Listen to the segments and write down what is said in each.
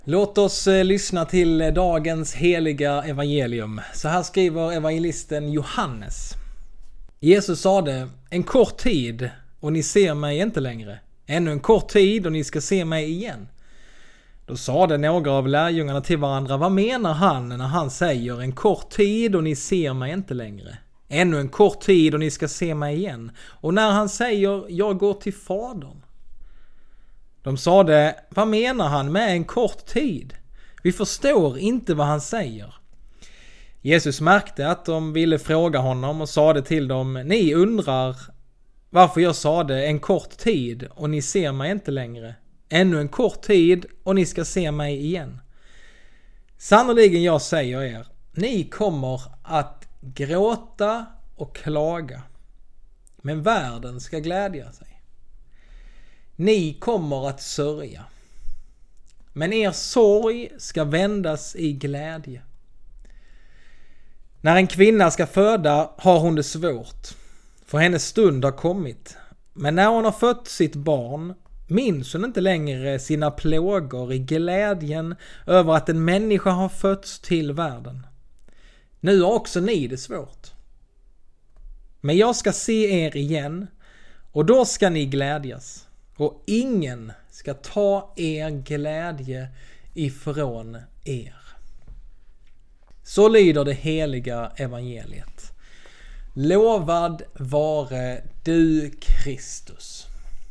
Låt oss lyssna till dagens heliga evangelium. Så här skriver evangelisten Johannes. Jesus sade, en kort tid och ni ser mig inte längre. Ännu en kort tid och ni ska se mig igen. Då sade några av lärjungarna till varandra, vad menar han när han säger en kort tid och ni ser mig inte längre? Ännu en kort tid och ni ska se mig igen. Och när han säger, jag går till Fadern. De sade, vad menar han med en kort tid? Vi förstår inte vad han säger. Jesus märkte att de ville fråga honom och sade till dem, ni undrar varför jag sade en kort tid och ni ser mig inte längre. Ännu en kort tid och ni ska se mig igen. Sannoliken jag säger er, ni kommer att gråta och klaga, men världen ska glädja sig. Ni kommer att sörja, men er sorg ska vändas i glädje. När en kvinna ska föda har hon det svårt, för hennes stund har kommit. Men när hon har fött sitt barn minns hon inte längre sina plågor i glädjen över att en människa har fötts till världen. Nu har också ni det svårt. Men jag ska se er igen, och då ska ni glädjas. Och ingen ska ta er glädje ifrån er. Så lyder det heliga evangeliet. Lovad vare du Kristus.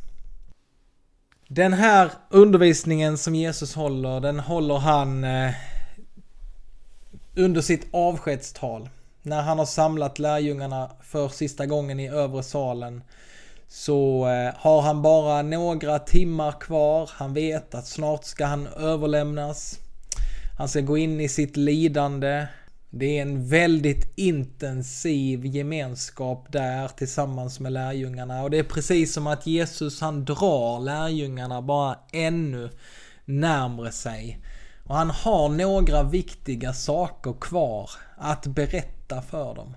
Den här undervisningen som Jesus håller, den håller han under sitt avskedstal. När han har samlat lärjungarna för sista gången i övre salen, så har han bara några timmar kvar. Han vet att snart ska han överlämnas. Han ska gå in i sitt lidande. Det är en väldigt intensiv gemenskap där tillsammans med lärjungarna. Och det är precis som att Jesus, han drar lärjungarna bara ännu närmare sig. Och han har några viktiga saker kvar att berätta för dem.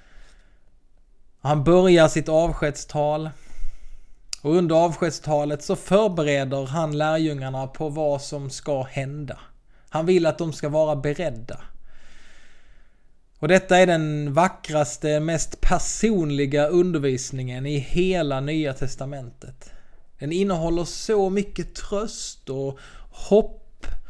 Han börjar sitt avskedstal, och under avskedstalet så förbereder han lärjungarna på vad som ska hända. Han vill att de ska vara beredda. Och detta är den vackraste, mest personliga undervisningen i hela Nya testamentet. Den innehåller så mycket tröst och hopp.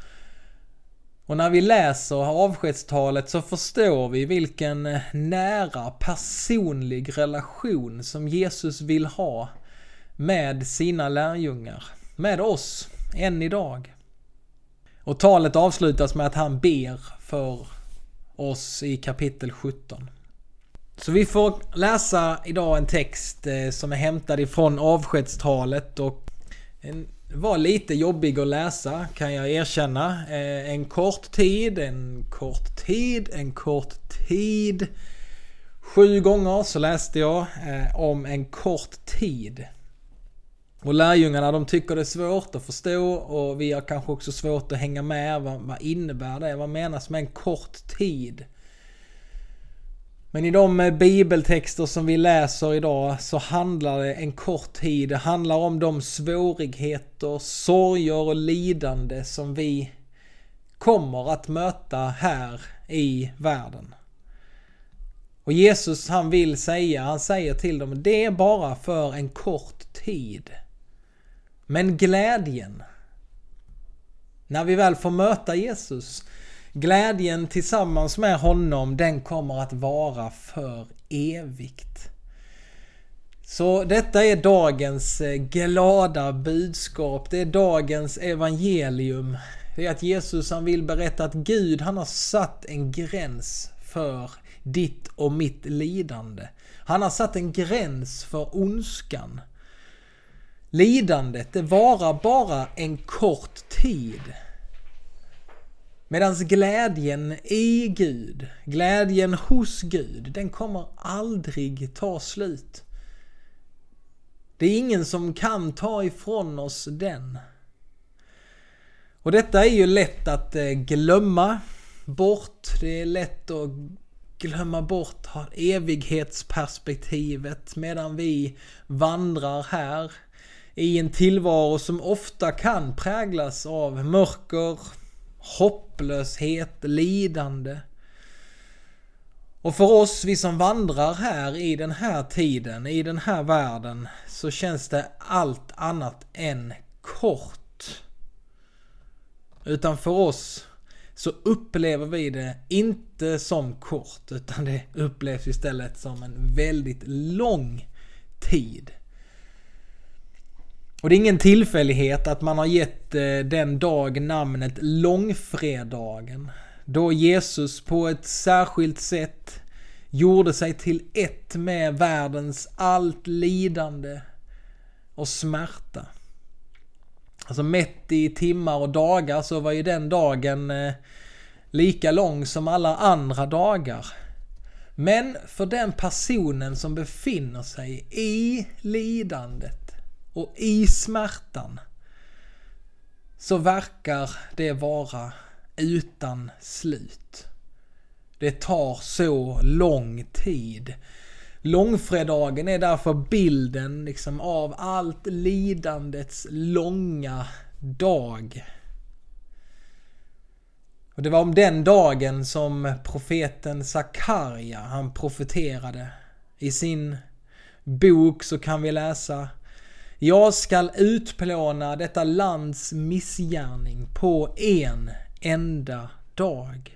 Och när vi läser avskedstalet så förstår vi vilken nära personlig relation som Jesus vill ha med sina lärjungar, med oss än idag. Och talet avslutas med att han ber för oss i kapitel 17. Så vi får läsa idag en text som är hämtad ifrån avskedstalet, och var lite jobbig att läsa, kan jag erkänna. En kort tid, en kort tid, en kort tid. 7 gånger så läste jag om en kort tid. Och lärjungarna, de tycker det är svårt att förstå, och vi har kanske också svårt att hänga med. Vad innebär det? Vad menas med en kort tid? Men i de bibeltexter som vi läser idag så handlar det en kort tid. Det handlar om de svårigheter, sorger och lidande som vi kommer att möta här i världen. Och Jesus, han säger till dem, det är bara för en kort tid. Men glädjen, när vi väl får möta Jesus, glädjen tillsammans med honom, den kommer att vara för evigt. Så detta är dagens glada budskap. Det är dagens evangelium. Det är att Jesus, han vill berätta att Gud, han har satt en gräns för ditt och mitt lidande. Han har satt en gräns för ondskan. Lidandet, det varar bara en kort tid. Medans glädjen i Gud, glädjen hos Gud, den kommer aldrig ta slut. Det är ingen som kan ta ifrån oss den. Och detta är ju lätt att glömma bort. Det är lätt att glömma bort evighetsperspektivet medan vi vandrar här i en tillvaro som ofta kan präglas av mörker, hopplöshet, lidande. Och för oss, vi som vandrar här i den här tiden, i den här världen, så känns det allt annat än kort. Utan för oss så upplever vi det inte som kort, utan det upplevs istället som en väldigt lång tid. Och det är ingen tillfällighet att man har gett den dag namnet långfredagen, då Jesus på ett särskilt sätt gjorde sig till ett med världens allt lidande och smärta. Alltså mätt i timmar och dagar så var ju den dagen lika lång som alla andra dagar. Men för den personen som befinner sig i lidandet och i smärtan så verkar det vara utan slut. Det tar så lång tid. Långfredagen är därför bilden liksom av allt lidandets långa dag. Och det var om den dagen som profeten Sakarja, han profeterade. I sin bok så kan vi läsa: jag skall utplåna detta lands missgärning på en enda dag.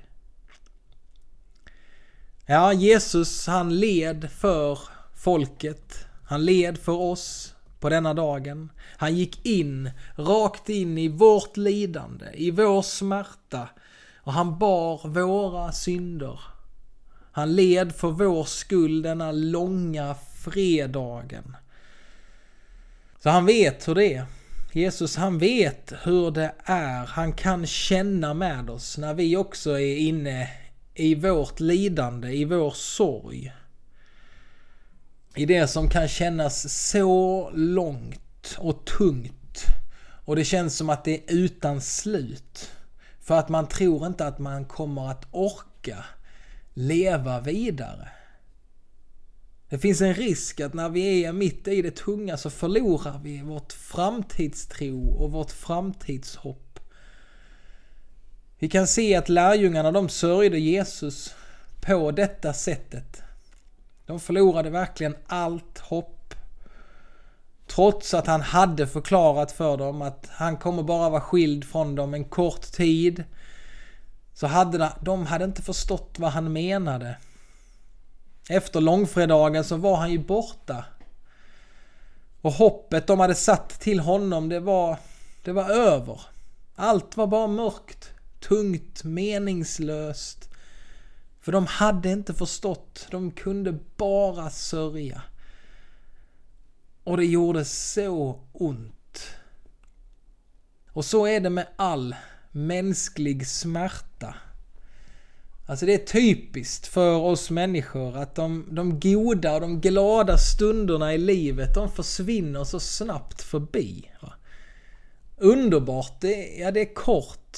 Ja, Jesus han led för folket. Han led för oss på denna dagen. Han gick rakt in i vårt lidande, i vår smärta. Och han bar våra synder. Han led för vår skull denna långa fredagen. Så han vet hur det är. Jesus han vet hur det är. Han kan känna med oss när vi också är inne i vårt lidande, i vår sorg. I det som kan kännas så långt och tungt. Och det känns som att det är utan slut. För att man tror inte att man kommer att orka leva vidare. Det finns en risk att när vi är mitt i det tunga så förlorar vi vårt framtidstro och vårt framtidshopp. Vi kan se att lärjungarna de sörjde Jesus på detta sättet. De förlorade verkligen allt hopp. Trots att han hade förklarat för dem att han kommer bara vara skild från dem en kort tid, så hade de inte förstått vad han menade. Efter långfredagen så var han ju borta. Och hoppet de hade satt till honom, det var över. Allt var bara mörkt, tungt, meningslöst. För de hade inte förstått. De kunde bara sörja. Och det gjorde så ont. Och så är det med all mänsklig smärta. Alltså det är typiskt för oss människor att de goda och de glada stunderna i livet, de försvinner så snabbt förbi. Underbart, det är kort.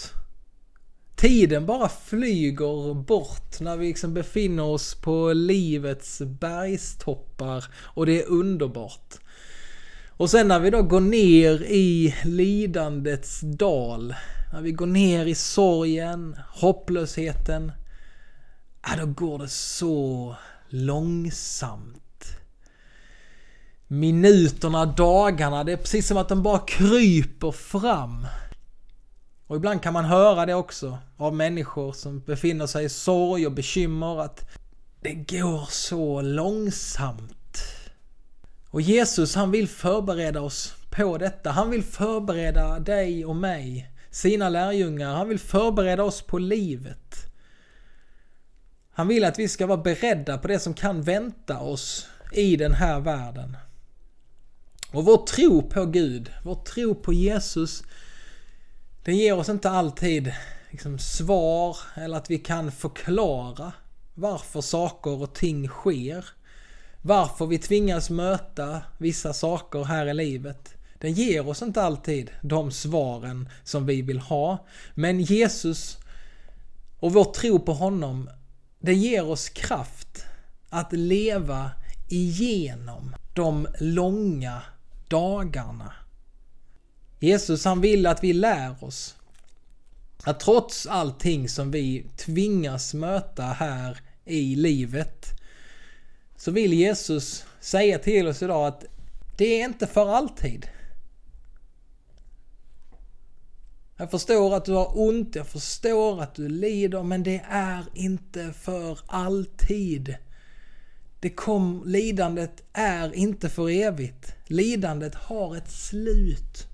Tiden bara flyger bort när vi liksom befinner oss på livets bergstoppar och det är underbart. Och sen när vi då går ner i lidandets dal, när vi går ner i sorgen, hopplösheten, då går det så långsamt. Minuterna, dagarna, det är precis som att de bara kryper fram. Och ibland kan man höra det också av människor som befinner sig i sorg och bekymmer, att det går så långsamt. Och Jesus han vill förbereda oss på detta. Han vill förbereda dig och mig, sina lärjungar. Han vill förbereda oss på livet. Han vill att vi ska vara beredda på det som kan vänta oss i den här världen. Och vår tro på Gud, vår tro på Jesus, den ger oss inte alltid svar eller att vi kan förklara varför saker och ting sker. Varför vi tvingas möta vissa saker här i livet. Den ger oss inte alltid de svaren som vi vill ha. Men Jesus och vår tro på honom, det ger oss kraft att leva igenom de långa dagarna. Jesus han vill att vi lär oss. Att trots allting som vi tvingas möta här i livet, så vill Jesus säga till oss idag att det är inte för alltid. Jag förstår att du har ont, jag förstår att du lider, men det är inte för alltid. Lidandet är inte för evigt. Lidandet har ett slut.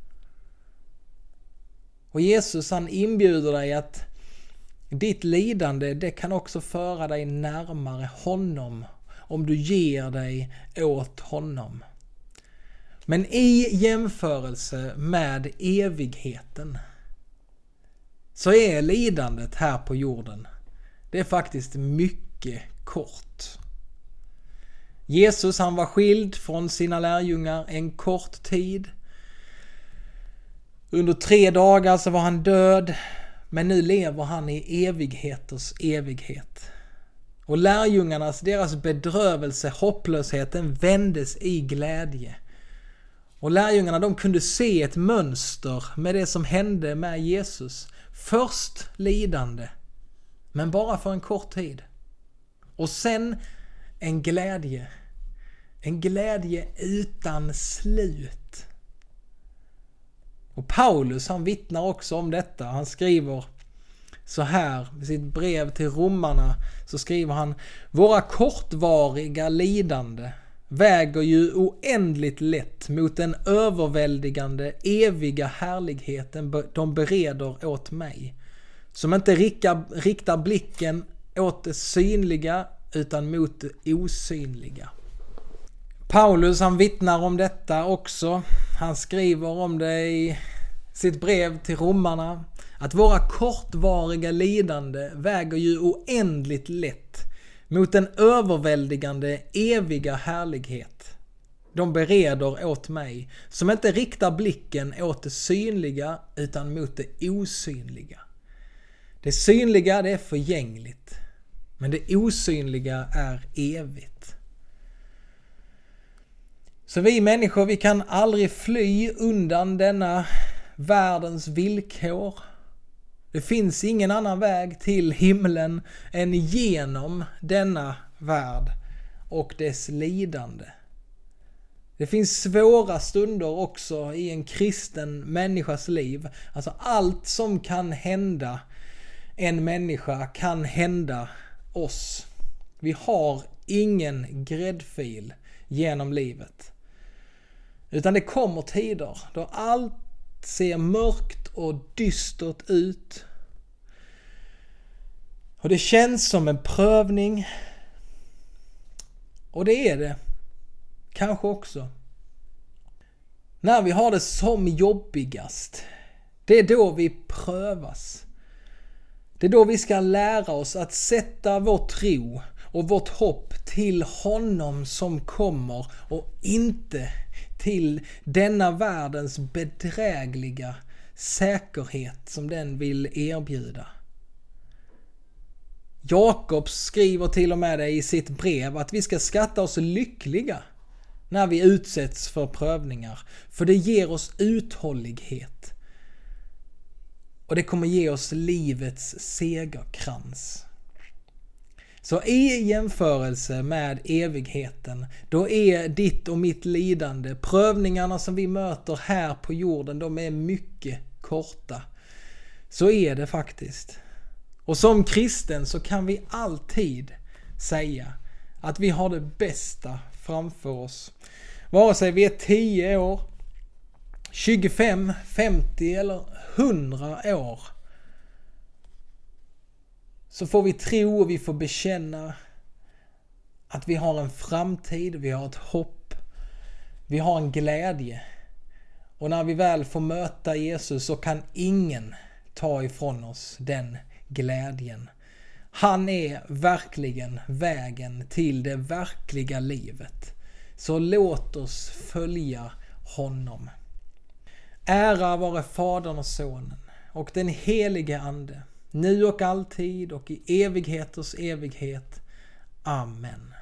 Och Jesus, han inbjuder dig att ditt lidande, det kan också föra dig närmare honom om du ger dig åt honom. Men i jämförelse med evigheten så är lidandet här på jorden, det är faktiskt mycket kort. Jesus, han var skild från sina lärjungar en kort tid. Under 3 dagar så var han död, men nu lever han i evigheters evighet. Och lärjungarnas, deras bedrövelse, hopplösheten vändes i glädje. Och lärjungarna, de kunde se ett mönster med det som hände med Jesus. Först lidande, men bara för en kort tid. Och sen en glädje utan slut. Och Paulus, han vittnar också om detta. Han skriver så här i sitt brev till romarna, så skriver han: våra kortvariga lidande väger ju oändligt lätt mot den överväldigande eviga härligheten de bereder åt mig, som inte riktar blicken åt det synliga utan mot det osynliga. Paulus, han vittnar om detta också. Han skriver om det i sitt brev till romarna, att våra kortvariga lidande väger ju oändligt lätt mot den överväldigande eviga härlighet de bereder åt mig, som inte riktar blicken åt det synliga utan mot det osynliga. Det synliga, det är förgängligt, men det osynliga är evigt. Så vi människor, vi kan aldrig fly undan denna världens villkor. Det finns ingen annan väg till himlen än genom denna värld och dess lidande. Det finns svåra stunder också i en kristen människas liv. Alltså allt som kan hända en människa kan hända oss. Vi har ingen gräddfil genom livet. Utan det kommer tider då allt ser mörkt och dystert ut. Och det känns som en prövning. Och det är det. Kanske också. När vi har det som jobbigast, det är då vi prövas. Det är då vi ska lära oss att sätta vår tro och vårt hopp till honom som kommer och inte till denna världens bedrägliga säkerhet som den vill erbjuda. Jakob skriver till och med det i sitt brev, att vi ska skatta oss lyckliga när vi utsätts för prövningar, för det ger oss uthållighet och det kommer ge oss livets segerkrans. Så i jämförelse med evigheten, då är ditt och mitt lidande, prövningarna som vi möter här på jorden, de är mycket korta. Så är det faktiskt. Och som kristen så kan vi alltid säga att vi har det bästa framför oss. Vare sig vi är 10 år, 25, 50 eller 100 år, så får vi tro och vi får bekänna att vi har en framtid, vi har ett hopp, vi har en glädje. Och när vi väl får möta Jesus så kan ingen ta ifrån oss den glädjen. Han är verkligen vägen till det verkliga livet. Så låt oss följa honom. Ära vare Fadern och Sonen och den helige Ande, nu och alltid och i evigheters evighet. Amen.